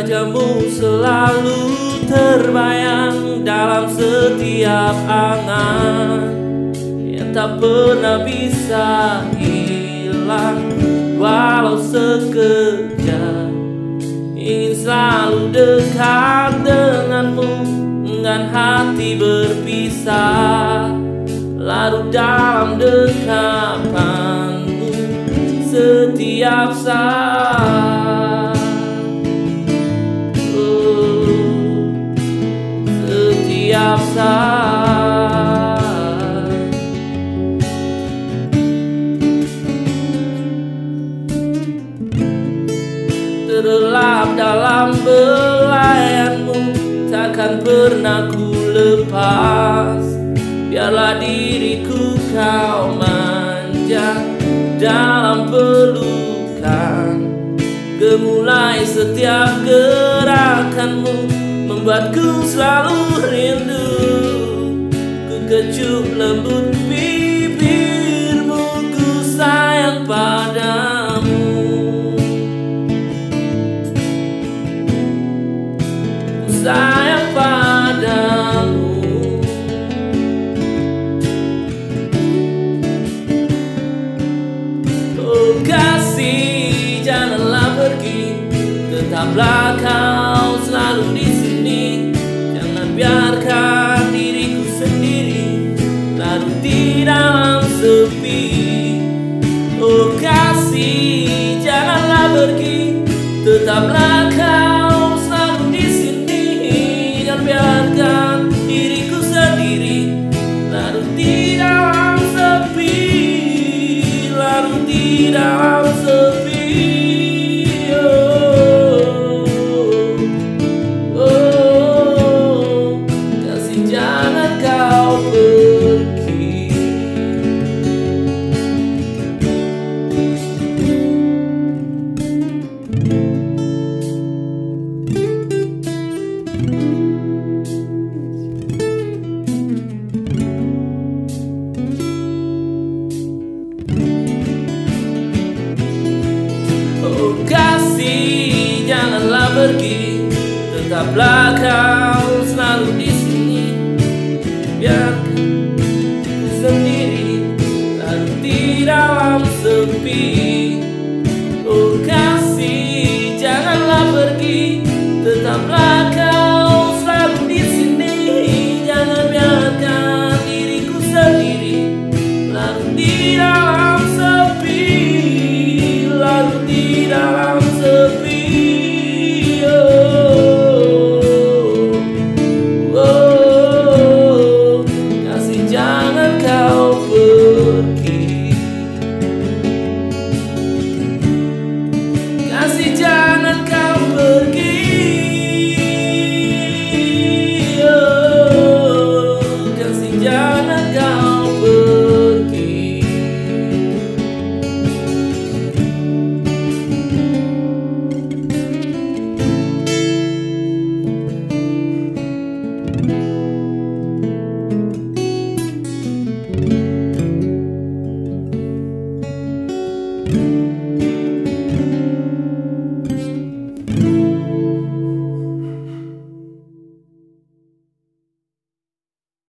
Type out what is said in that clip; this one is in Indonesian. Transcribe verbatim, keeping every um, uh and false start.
Wajahmu selalu terbayang dalam setiap angan yang tak pernah bisa hilang. Walau sekejap ingin selalu dekat denganmu, dengan hati berpisah, larut dalam dekapanmu setiap saat. Oh, setiap saat. Terlelap dalam belayanmu, takkan pernah ku lepas. Biarlah diriku kau manja dalam pelukan. Gemulai setiap gerakanmu, membuatku selalu rindu. Ku kecup lembut bibirmu, ku sayang padamu. Ku sayang padamu. Oh kasih, janganlah pergi, tetaplah kau selalu di sini. Jangan biarkan diriku sendiri larut di dalam sepi. Oh kasih, janganlah pergi, tetaplah kau selalu di sini. Jangan biarkan diriku sendiri larut di dalam sepi, larut di dalam sepi. Oh, oh, kasih jangan kau pergi. Oh kasih, janganlah pergi, tetaplah kau